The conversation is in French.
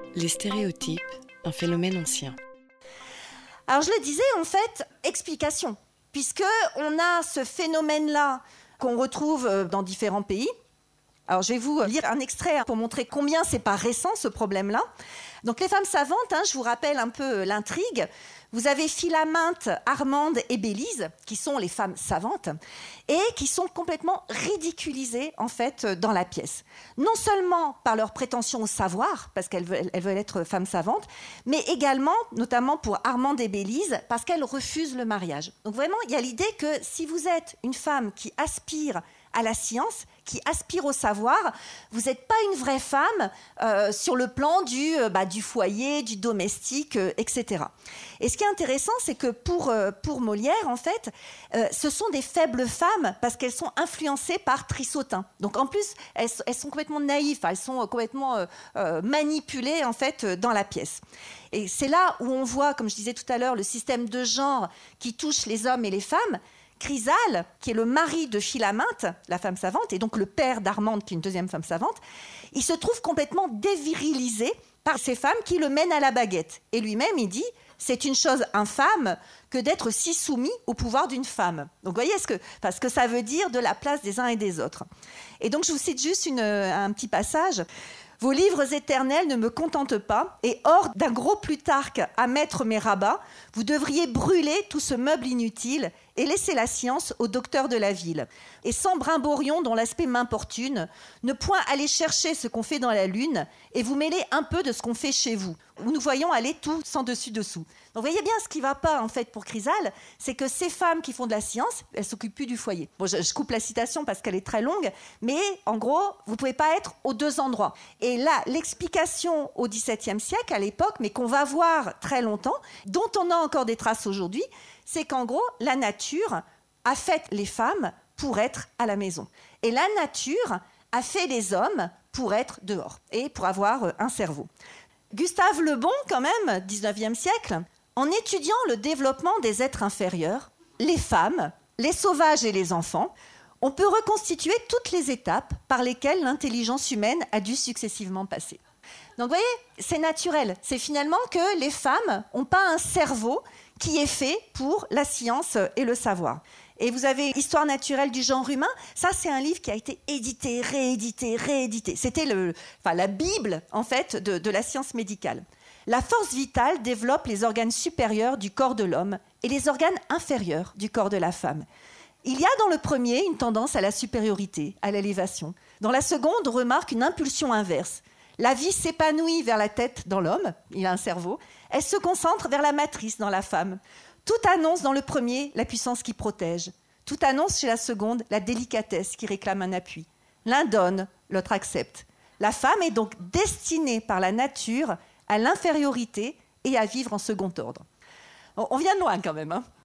Les stéréotypes, un phénomène ancien. Alors je le disais, en fait, explication, puisque on a ce phénomène-là qu'on retrouve dans différents pays. Alors je vais vous lire un extrait pour montrer combien c'est pas récent ce problème-là. Donc les femmes savantes, je vous rappelle un peu l'intrigue. Vous avez Philaminte, Armande et Bélise, qui sont les femmes savantes, et qui sont complètement ridiculisées en fait dans la pièce. Non seulement par leur prétention au savoir, parce qu'elles veulent être femmes savantes, mais également, notamment pour Armande et Bélise, parce qu'elles refusent le mariage. Donc vraiment, il y a l'idée que si vous êtes une femme qui aspire à la science, qui aspire au savoir, vous n'êtes pas une vraie femme sur le plan du foyer, du domestique, etc. Et ce qui est intéressant, c'est que pour Molière, en fait, ce sont des faibles femmes parce qu'elles sont influencées par Trissotin. Donc en plus, elles sont complètement naïves, elles sont complètement manipulées en fait dans la pièce. Et c'est là où on voit, comme je disais tout à l'heure, le système de genre qui touche les hommes et les femmes. Chrysale, qui est le mari de Philaminte, la femme savante, et donc le père d'Armande, qui est une deuxième femme savante, il se trouve complètement dévirilisé par ces femmes qui le mènent à la baguette. Et lui-même, il dit, c'est une chose infâme que d'être si soumis au pouvoir d'une femme. Donc vous voyez ce que ça veut dire de la place des uns et des autres. Et donc je vous cite juste un petit passage. Vos livres éternels ne me contentent pas, et hors d'un gros Plutarque à mettre mes rabats, vous devriez brûler tout ce meuble inutile et laisser la science aux docteurs de la ville. Et sans brimborion dont l'aspect m'importune, ne point aller chercher ce qu'on fait dans la lune et vous mêler un peu de ce qu'on fait chez vous, où nous voyons aller tout sans dessus-dessous. Donc vous voyez bien ce qui ne va pas en fait pour Chrysale, c'est que ces femmes qui font de la science, elles ne s'occupent plus du foyer. Bon, je coupe la citation parce qu'elle est très longue, mais en gros, vous ne pouvez pas être aux deux endroits. Et là, l'explication au XVIIe siècle, à l'époque, mais qu'on va voir très longtemps, dont on a encore des traces aujourd'hui, c'est qu'en gros, la nature a fait les femmes pour être à la maison. Et la nature a fait les hommes pour être dehors et pour avoir un cerveau. Gustave Le Bon, quand même, 19e siècle, en étudiant le développement des êtres inférieurs, les femmes, les sauvages et les enfants, on peut reconstituer toutes les étapes par lesquelles l'intelligence humaine a dû successivement passer. Donc vous voyez, c'est naturel. C'est finalement que les femmes n'ont pas un cerveau qui est fait pour la science et le savoir. Et vous avez Histoire naturelle du genre humain. Ça, c'est un livre qui a été édité, réédité. C'était la Bible, en fait, de la science médicale. La force vitale développe les organes supérieurs du corps de l'homme et les organes inférieurs du corps de la femme. Il y a dans le premier une tendance à la supériorité, à l'élévation. Dans la seconde, on remarque une impulsion inverse. La vie s'épanouit vers la tête dans l'homme, il a un cerveau. Elle se concentre vers la matrice dans la femme. Tout annonce dans le premier la puissance qui protège. Tout annonce chez la seconde la délicatesse qui réclame un appui. L'un donne, l'autre accepte. La femme est donc destinée par la nature à l'infériorité et à vivre en second ordre. On vient de loin quand même,